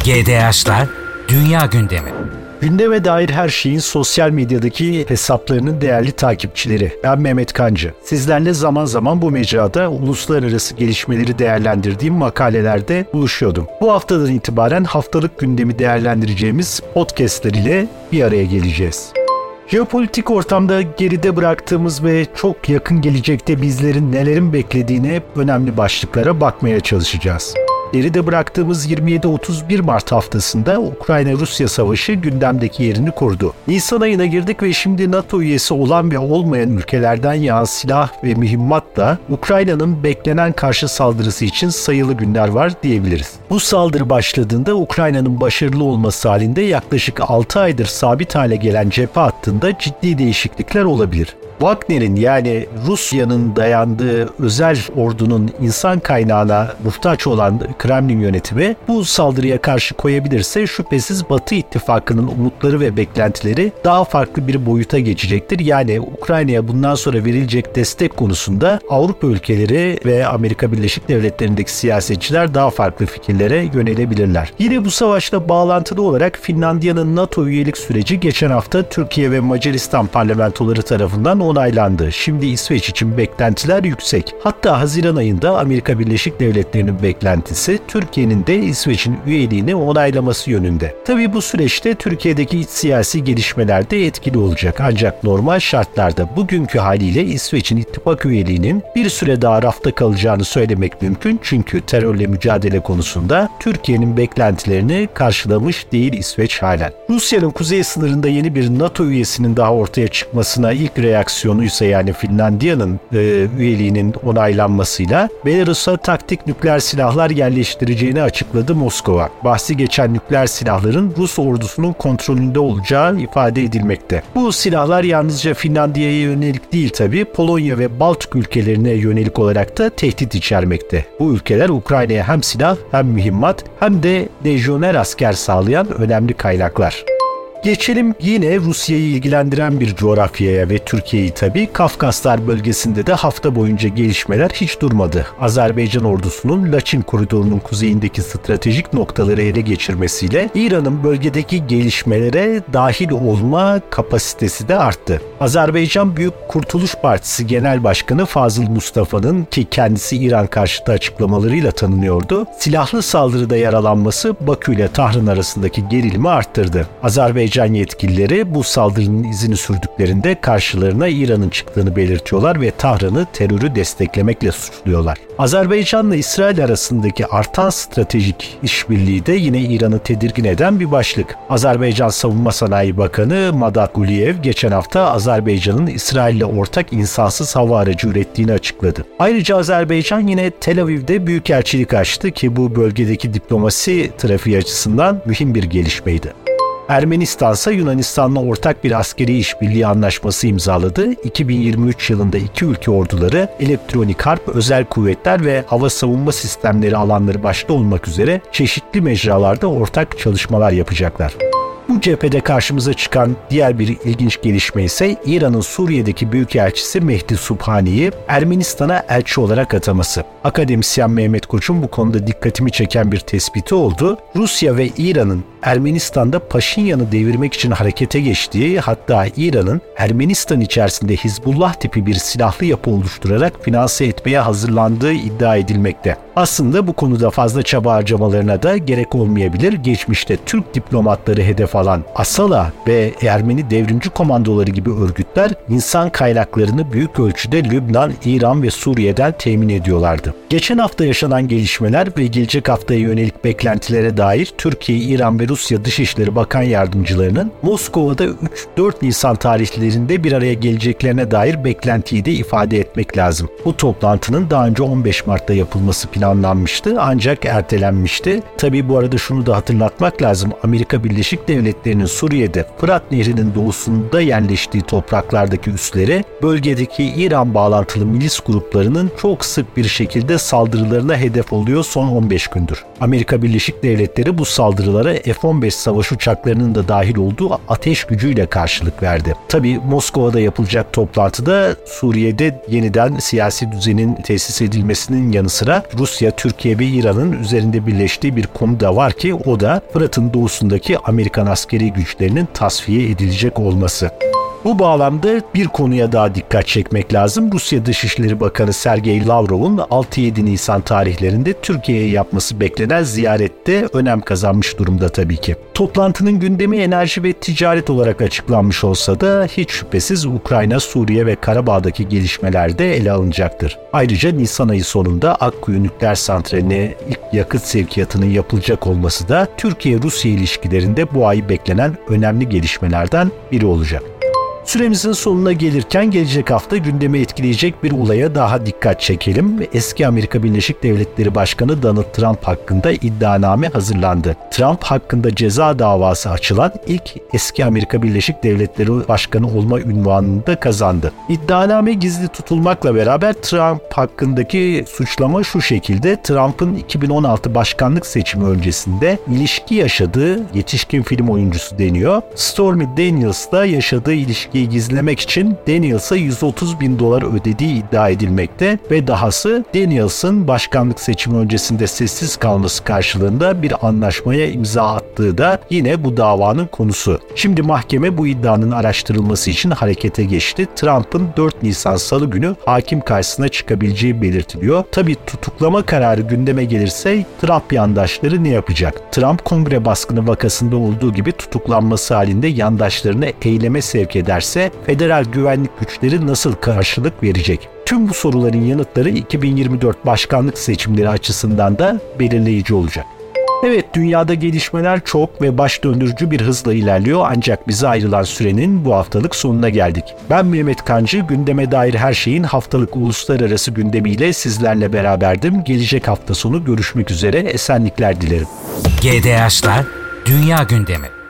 GDH'lar Dünya Gündemi. Gündeme dair her şeyin sosyal medyadaki hesaplarının değerli takipçileri. Ben Mehmet Kancı. Sizlerle zaman zaman bu mecrada uluslararası gelişmeleri değerlendirdiğim makalelerde buluşuyordum. Bu haftadan itibaren haftalık gündemi değerlendireceğimiz podcastler ile bir araya geleceğiz. Jeopolitik ortamda geride bıraktığımız ve çok yakın gelecekte bizlerin nelerin beklediğine önemli başlıklara bakmaya çalışacağız. Geride bıraktığımız 27-31 Mart haftasında Ukrayna-Rusya savaşı gündemdeki yerini kurdu. Nisan ayına girdik ve şimdi NATO üyesi olan ve olmayan ülkelerden yağan silah ve mühimmatla Ukrayna'nın beklenen karşı saldırısı için sayılı günler var diyebiliriz. Bu saldırı başladığında Ukrayna'nın başarılı olması halinde yaklaşık 6 aydır sabit hale gelen cephe hattında ciddi değişiklikler olabilir. Wagner'in yani Rusya'nın dayandığı özel ordunun insan kaynağına muhtaç olan Kremlin yönetimi bu saldırıya karşı koyabilirse şüphesiz Batı ittifakının umutları ve beklentileri daha farklı bir boyuta geçecektir. Yani Ukrayna'ya bundan sonra verilecek destek konusunda Avrupa ülkeleri ve Amerika Birleşik Devletleri'ndeki siyasetçiler daha farklı fikirlere yönelebilirler. Yine bu savaşla bağlantılı olarak Finlandiya'nın NATO üyelik süreci geçen hafta Türkiye ve Macaristan parlamentoları tarafından onaylandı. Şimdi İsveç için beklentiler yüksek. Hatta Haziran ayında Amerika Birleşik Devletleri'nin beklentisi Türkiye'nin de İsveç'in üyeliğini onaylaması yönünde. Tabii bu süreçte Türkiye'deki iç siyasi gelişmeler de etkili olacak. Ancak normal şartlarda bugünkü haliyle İsveç'in ittifak üyeliğinin bir süre daha rafta kalacağını söylemek mümkün. Çünkü terörle mücadele konusunda Türkiye'nin beklentilerini karşılamış değil İsveç halen. Rusya'nın kuzey sınırında yeni bir NATO üyesinin daha ortaya çıkmasına ilk reaksiyonuysa yani Finlandiya'nın üyeliğinin onaylanmasıyla Belarus'a taktik nükleer silahlar yerleştireceğini açıkladı Moskova. Bahsi geçen nükleer silahların Rus ordusunun kontrolünde olacağı ifade edilmekte. Bu silahlar yalnızca Finlandiya'ya yönelik değil tabii, Polonya ve Baltık ülkelerine yönelik olarak da tehdit içermekte. Bu ülkeler Ukrayna'ya hem silah hem mühimmat hem de lejyoner asker sağlayan önemli kaynaklar. Geçelim yine Rusya'yı ilgilendiren bir coğrafyaya ve Türkiye'yi tabii. Kafkaslar bölgesinde de hafta boyunca gelişmeler hiç durmadı. Azerbaycan ordusunun Laçin koridorunun kuzeyindeki stratejik noktaları ele geçirmesiyle İran'ın bölgedeki gelişmelere dahil olma kapasitesi de arttı. Azerbaycan Büyük Kurtuluş Partisi Genel Başkanı Fazıl Mustafa'nın ki kendisi İran karşıtı açıklamalarıyla tanınıyordu, silahlı saldırıda yaralanması Bakü ile Tahran arasındaki gerilimi arttırdı. Azerbaycan yetkilileri bu saldırının izini sürdüklerinde karşılarına İran'ın çıktığını belirtiyorlar ve Tahran'ı terörü desteklemekle suçluyorlar. Azerbaycan'la İsrail arasındaki artan stratejik işbirliği de yine İran'ı tedirgin eden bir başlık. Azerbaycan Savunma Sanayi Bakanı Madat Guliyev geçen hafta Azerbaycan'ın İsrail'le ortak insansız hava aracı ürettiğini açıkladı. Ayrıca Azerbaycan yine Tel Aviv'de büyükelçilik açtı ki bu bölgedeki diplomasi trafiği açısından mühim bir gelişmeydi. Ermenistan ise Yunanistan'la ortak bir askeri işbirliği anlaşması imzaladı. 2023 yılında iki ülke orduları elektronik harp, özel kuvvetler ve hava savunma sistemleri alanları başta olmak üzere çeşitli mecralarda ortak çalışmalar yapacaklar. Bu cephede karşımıza çıkan diğer bir ilginç gelişme ise İran'ın Suriye'deki büyükelçisi Mehdi Subhani'yi Ermenistan'a elçi olarak ataması. Akademisyen Mehmet Koç'un bu konuda dikkatimi çeken bir tespiti oldu. Rusya ve İran'ın Ermenistan'da Paşinyan'ı devirmek için harekete geçtiği, hatta İran'ın Ermenistan içerisinde Hizbullah tipi bir silahlı yapı oluşturarak finanse etmeye hazırlandığı iddia edilmekte. Aslında bu konuda fazla çaba harcamalarına da gerek olmayabilir. Geçmişte Türk diplomatları hedef alan Asala ve Ermeni devrimci komandoları gibi örgütler insan kaynaklarını büyük ölçüde Lübnan, İran ve Suriye'den temin ediyorlardı. Geçen hafta yaşanan gelişmeler ve gelecek haftaya yönelik beklentilere dair Türkiye, İran ve Rusya Dışişleri Bakan Yardımcılarının Moskova'da 3-4 Nisan tarihlerinde bir araya geleceklerine dair beklentiyi de ifade etmek lazım. Bu toplantının daha önce 15 Mart'ta yapılması planlanmıştı ancak ertelenmişti. Tabii bu arada şunu da hatırlatmak lazım. Amerika Birleşik Devletleri'nin Suriye'de Fırat Nehri'nin doğusunda yerleştiği topraklardaki üsleri bölgedeki İran bağlantılı milis gruplarının çok sık bir şekilde saldırılarına hedef oluyor son 15 gündür. Amerika Birleşik Devletleri bu saldırılara F-15 savaş uçaklarının da dahil olduğu ateş gücüyle karşılık verdi. Tabii Moskova'da yapılacak toplantıda Suriye'de yeniden siyasi düzenin tesis edilmesinin yanı sıra Rusya, Türkiye ve İran'ın üzerinde birleştiği bir konu da var ki o da Fırat'ın doğusundaki Amerikan askeri güçlerinin tasfiye edilecek olması. Bu bağlamda bir konuya daha dikkat çekmek lazım. Rusya Dışişleri Bakanı Sergey Lavrov'un 6-7 Nisan tarihlerinde Türkiye'ye yapması beklenen ziyarette önem kazanmış durumda tabii ki. Toplantının gündemi enerji ve ticaret olarak açıklanmış olsa da hiç şüphesiz Ukrayna, Suriye ve Karabağ'daki gelişmeler de ele alınacaktır. Ayrıca Nisan ayı sonunda Akkuyu Nükleer Santrali'ne ilk yakıt sevkiyatının yapılacak olması da Türkiye-Rusya ilişkilerinde bu ay beklenen önemli gelişmelerden biri olacak. Süremizin sonuna gelirken gelecek hafta gündemi etkileyecek bir olaya daha dikkat çekelim. Eski Amerika Birleşik Devletleri Başkanı Donald Trump hakkında iddianame hazırlandı. Trump hakkında ceza davası açılan ilk eski Amerika Birleşik Devletleri Başkanı olma unvanını da kazandı. İddianame gizli tutulmakla beraber Trump hakkındaki suçlama şu şekilde: Trump'ın 2016 başkanlık seçimi öncesinde ilişki yaşadığı yetişkin film oyuncusu deniyor. Stormy Daniels'la yaşadığı ilişkiyi gizlemek için Daniels'a $130.000 ödediği iddia edilmekte ve dahası Daniels'ın başkanlık seçimi öncesinde sessiz kalması karşılığında bir anlaşmaya imza attığı da yine bu davanın konusu. Şimdi mahkeme bu iddianın araştırılması için harekete geçti. Trump'ın 4 Nisan Salı günü hakim karşısına çıkabileceği belirtiliyor. Tabii tutuklama kararı gündeme gelirse Trump yandaşları ne yapacak? Trump kongre baskını vakasında olduğu gibi tutuklanması halinde yandaşlarını eyleme sevk ederse federal güvenlik güçleri nasıl karşılık verecek? Tüm bu soruların yanıtları 2024 başkanlık seçimleri açısından da belirleyici olacak. Evet, dünyada gelişmeler çok ve baş döndürücü bir hızla ilerliyor ancak bize ayrılan sürenin bu haftalık sonuna geldik. Ben Mehmet Kancı, gündeme dair her şeyin haftalık uluslararası gündemiyle sizlerle beraberdim. Gelecek hafta sonu görüşmek üzere, esenlikler dilerim. GDH'lar Dünya Gündemi.